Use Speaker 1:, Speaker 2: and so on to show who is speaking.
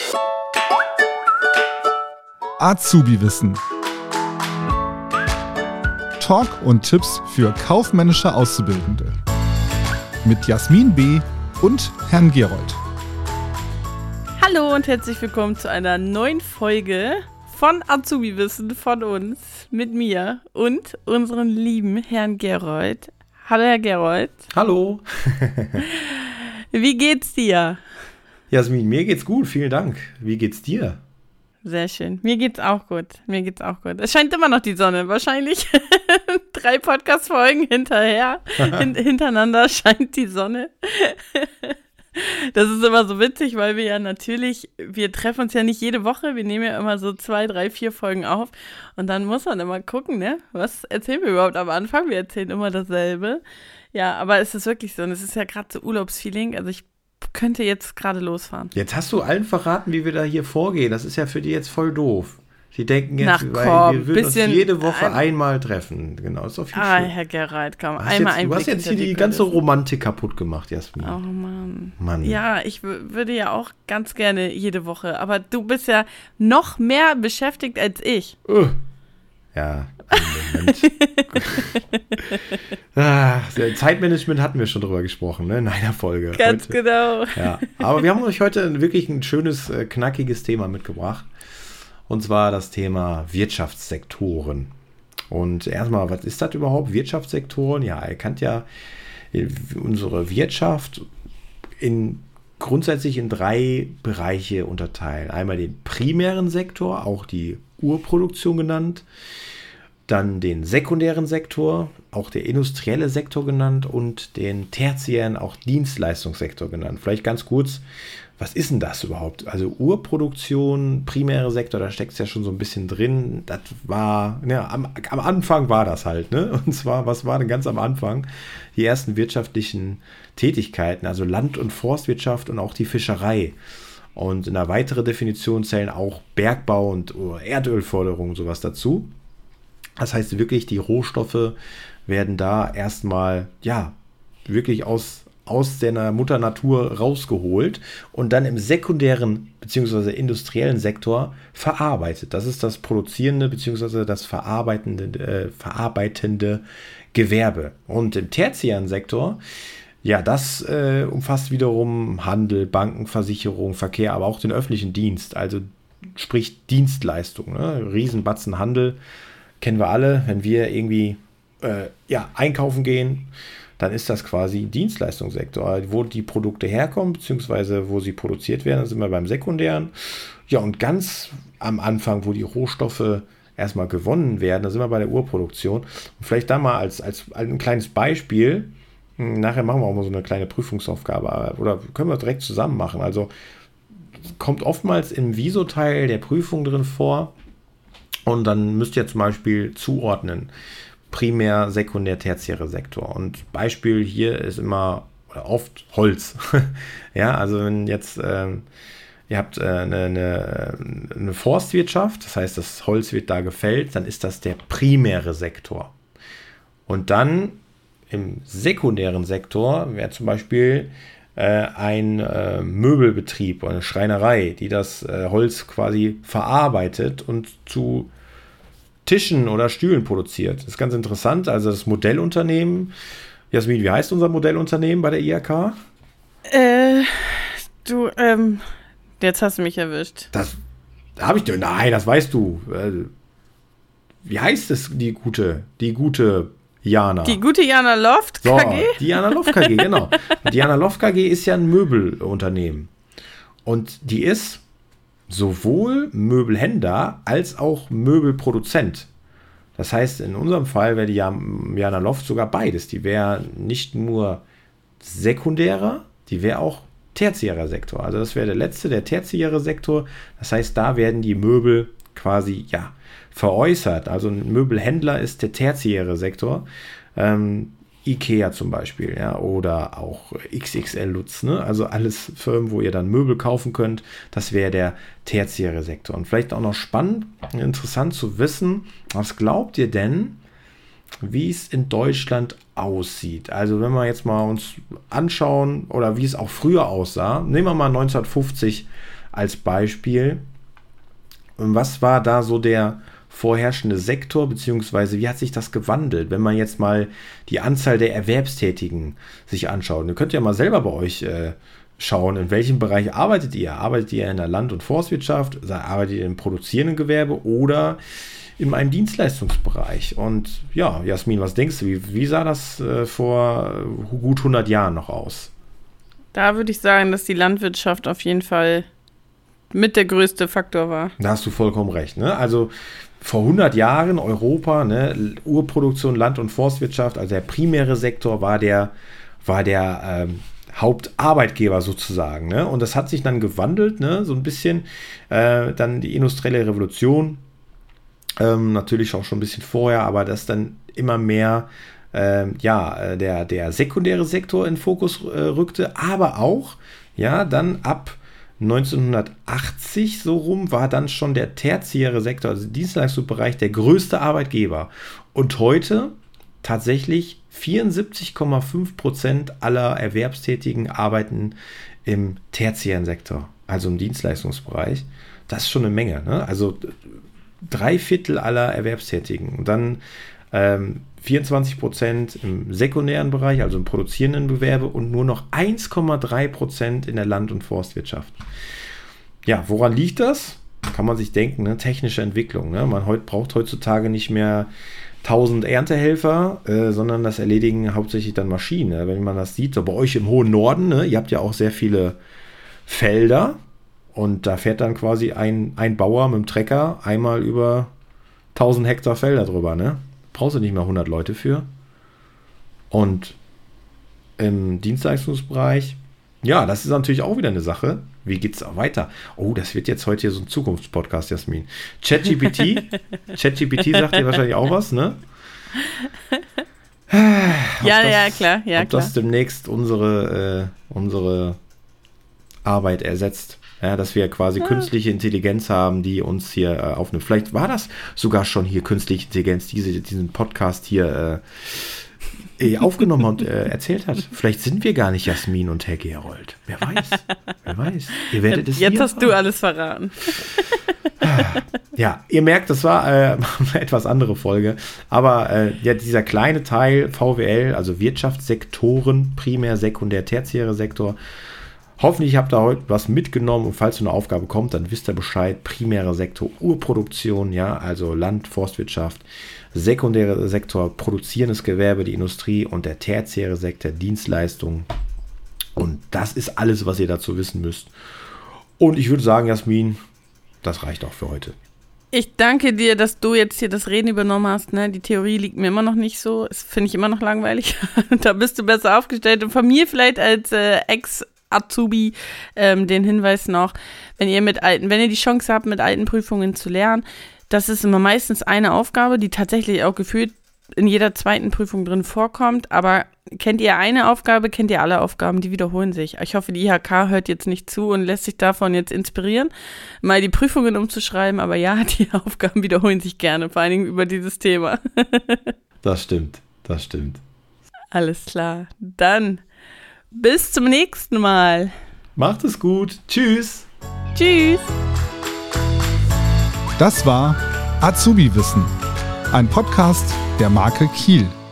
Speaker 1: Azubi-Wissen. Talk und Tipps für kaufmännische Auszubildende. Mit Jasmin B. und Herrn Gerold.
Speaker 2: Hallo und herzlich willkommen zu einer neuen Folge von Azubi-Wissen von uns, mit mir und unserem lieben Herrn Gerold. Hallo Herr Gerold.
Speaker 3: Hallo.
Speaker 2: Wie geht's dir?
Speaker 3: Jasmin, mir geht's gut, vielen Dank. Wie geht's dir?
Speaker 2: Sehr schön. Mir geht's auch gut. Es scheint immer noch die Sonne. Wahrscheinlich 3 Podcast-Folgen hintereinander scheint die Sonne. Das ist immer so witzig, weil wir treffen uns ja nicht jede Woche. Wir nehmen ja immer so 2, 3, 4 Folgen auf. Und dann muss man immer gucken, ne? Was erzählen wir überhaupt am Anfang? Wir erzählen immer dasselbe. Ja, aber es ist wirklich so. Und es ist ja gerade so Urlaubsfeeling. Also ich könnte jetzt gerade losfahren.
Speaker 3: Jetzt hast du allen verraten, wie wir da hier vorgehen. Das ist ja für die jetzt voll doof. Die denken jetzt, wir würden uns jede Woche einmal treffen. Genau, ist doch viel schön.
Speaker 2: Herr Gerald, komm,
Speaker 3: einmal Einblick. Du hast jetzt hier die ganze Romantik kaputt gemacht, Jasmin.
Speaker 2: Oh Mann. Ja, ich würde ja auch ganz gerne jede Woche, aber du bist ja noch mehr beschäftigt als ich.
Speaker 3: Ja, Moment. Zeitmanagement hatten wir schon drüber gesprochen, ne, in einer Folge.
Speaker 2: Ganz heute. Genau.
Speaker 3: Ja, aber wir haben euch heute wirklich ein schönes, knackiges Thema mitgebracht. Und zwar das Thema Wirtschaftssektoren. Und erstmal, was ist das überhaupt? Wirtschaftssektoren? Ja, ihr kennt ja unsere Wirtschaft grundsätzlich in 3 Bereiche unterteilen. Einmal den primären Sektor, auch die Urproduktion genannt. Dann den sekundären Sektor, auch der industrielle Sektor genannt. Und den tertiären, auch Dienstleistungssektor genannt. Vielleicht ganz kurz, was ist denn das überhaupt? Also Urproduktion, primäre Sektor, da steckt es ja schon so ein bisschen drin. Das war, ja, am Anfang war das halt, ne? Und zwar, was war denn ganz am Anfang? Die ersten wirtschaftlichen Tätigkeiten, also Land- und Forstwirtschaft und auch die Fischerei. Und in einer weiteren Definition zählen auch Bergbau und Erdölförderung sowas dazu. Das heißt wirklich, die Rohstoffe werden da erstmal, ja, wirklich aus der Mutter Natur rausgeholt und dann im sekundären bzw. industriellen Sektor verarbeitet. Das ist das produzierende bzw. das verarbeitende Gewerbe. Und im tertiären Sektor, ja, das umfasst wiederum Handel, Banken, Versicherung, Verkehr, aber auch den öffentlichen Dienst, also sprich Dienstleistung, ne? Riesenbatzen Handel, kennen wir alle, wenn wir irgendwie einkaufen gehen, dann ist das quasi Dienstleistungssektor, wo die Produkte herkommen, beziehungsweise wo sie produziert werden, dann sind wir beim Sekundären. Ja, und ganz am Anfang, wo die Rohstoffe erstmal gewonnen werden, da sind wir bei der Urproduktion. Und vielleicht da mal als ein kleines Beispiel, nachher machen wir auch mal so eine kleine Prüfungsaufgabe, oder können wir direkt zusammen machen. Also kommt oftmals im Viso-Teil der Prüfung drin vor und dann müsst ihr zum Beispiel zuordnen. Primär, sekundär, tertiäre Sektor. Und Beispiel hier ist immer oder oft Holz. Ja, also wenn jetzt ihr habt eine Forstwirtschaft, das heißt, das Holz wird da gefällt, dann ist das der primäre Sektor. Und dann im sekundären Sektor wäre zum Beispiel ein Möbelbetrieb oder eine Schreinerei, die das Holz quasi verarbeitet und zu Tischen oder Stühlen produziert. Das ist ganz interessant. Also das Modellunternehmen. Jasmin, wie heißt unser Modellunternehmen bei der IHK?
Speaker 2: Jetzt hast du mich erwischt.
Speaker 3: Das habe ich. Nein, das weißt du. Wie heißt es, die gute Jana?
Speaker 2: Die gute Jana Loft KG?
Speaker 3: So, die Jana Loft KG, genau. Die Jana Loft KG ist ja ein Möbelunternehmen. Und die ist sowohl Möbelhändler als auch Möbelproduzent. Das heißt, in unserem Fall wäre die Jana Loft sogar beides. Die wäre nicht nur sekundärer, die wäre auch tertiärer Sektor. Also das wäre der letzte, der tertiäre Sektor. Das heißt, da werden die Möbel quasi veräußert. Also ein Möbelhändler ist der tertiäre Sektor. Ikea zum Beispiel, ja, oder auch XXL Lutz, ne? Also alles Firmen, wo ihr dann Möbel kaufen könnt, das wäre der tertiäre Sektor. Und vielleicht auch noch spannend, interessant zu wissen, was glaubt ihr denn, wie es in Deutschland aussieht? Also wenn wir jetzt mal uns anschauen, oder wie es auch früher aussah, nehmen wir mal 1950 als Beispiel. Was war da so der vorherrschende Sektor, beziehungsweise wie hat sich das gewandelt, wenn man jetzt mal die Anzahl der Erwerbstätigen sich anschaut? Ihr könnt ja mal selber bei euch schauen, in welchem Bereich arbeitet ihr? Arbeitet ihr in der Land- und Forstwirtschaft? Arbeitet ihr im produzierenden Gewerbe oder in einem Dienstleistungsbereich? Und ja, Jasmin, was denkst du, wie sah das vor gut 100 Jahren noch aus?
Speaker 2: Da würde ich sagen, dass die Landwirtschaft auf jeden Fall mit der größte Faktor war.
Speaker 3: Da hast du vollkommen recht, ne? Also vor 100 Jahren Europa, ne, Urproduktion, Land- und Forstwirtschaft, also der primäre Sektor war der Hauptarbeitgeber sozusagen, ne? Und das hat sich dann gewandelt, ne, so ein bisschen, dann die industrielle Revolution, natürlich auch schon ein bisschen vorher, aber das dann immer mehr der sekundäre Sektor in den Fokus rückte, aber auch, ja, dann ab 1980 so rum war dann schon der tertiäre Sektor, also Dienstleistungsbereich, der größte Arbeitgeber. Und heute tatsächlich 74,5% aller Erwerbstätigen arbeiten im tertiären Sektor, also im Dienstleistungsbereich. Das ist schon eine Menge, ne? Also 3/4 aller Erwerbstätigen. Und dann 24% im sekundären Bereich, also im produzierenden Gewerbe und nur noch 1,3% in der Land- und Forstwirtschaft. Ja, woran liegt das? Kann man sich denken, ne? Technische Entwicklung. Ne? Man braucht heutzutage nicht mehr 1000 Erntehelfer, sondern das erledigen hauptsächlich dann Maschinen. Ne? Wenn man das sieht, so bei euch im hohen Norden, ne? Ihr habt ja auch sehr viele Felder und da fährt dann quasi ein Bauer mit dem Trecker einmal über 1000 Hektar Felder drüber, ne? Brauchst du nicht mehr 100 Leute für. Und im Dienstleistungsbereich, ja, das ist natürlich auch wieder eine Sache. Wie geht es weiter? Oh, das wird jetzt heute hier so ein Zukunftspodcast, Jasmin. ChatGPT sagt dir wahrscheinlich auch was, ne?
Speaker 2: Klar.
Speaker 3: Ob das demnächst unsere Arbeit ersetzt. Ja, dass wir quasi künstliche Intelligenz haben, die uns hier aufnimmt. Vielleicht war das sogar schon hier künstliche Intelligenz, die diesen Podcast hier aufgenommen und erzählt hat. Vielleicht sind wir gar nicht Jasmin und Herr Gerold. Wer weiß. Ihr werdet es
Speaker 2: Jetzt hast du alles verraten.
Speaker 3: Ja, ihr merkt, das war eine etwas andere Folge. Aber dieser kleine Teil VWL, also Wirtschaftssektoren, primär, sekundär, tertiäre Sektor. Hoffentlich habt ihr heute was mitgenommen und falls so eine Aufgabe kommt, dann wisst ihr Bescheid. Primärer Sektor, Urproduktion, ja, also Land, Forstwirtschaft. Sekundäre Sektor, produzierendes Gewerbe, die Industrie und der tertiäre Sektor, Dienstleistungen. Und das ist alles, was ihr dazu wissen müsst. Und ich würde sagen, Jasmin, das reicht auch für heute.
Speaker 2: Ich danke dir, dass du jetzt hier das Reden übernommen hast. Ne? Die Theorie liegt mir immer noch nicht so. Das finde ich immer noch langweilig. Da bist du besser aufgestellt. Und von mir vielleicht als Ex-Azubi den Hinweis noch, wenn ihr die Chance habt, mit alten Prüfungen zu lernen, das ist immer meistens eine Aufgabe, die tatsächlich auch gefühlt in jeder zweiten Prüfung drin vorkommt. Aber kennt ihr eine Aufgabe, kennt ihr alle Aufgaben, die wiederholen sich. Ich hoffe, die IHK hört jetzt nicht zu und lässt sich davon jetzt inspirieren, mal die Prüfungen umzuschreiben. Aber ja, die Aufgaben wiederholen sich gerne, vor allen Dingen über dieses Thema.
Speaker 3: Das stimmt.
Speaker 2: Alles klar. Dann bis zum nächsten Mal.
Speaker 3: Macht es gut. Tschüss.
Speaker 2: Tschüss.
Speaker 1: Das war Azubi Wissen, ein Podcast der Marke Kiel.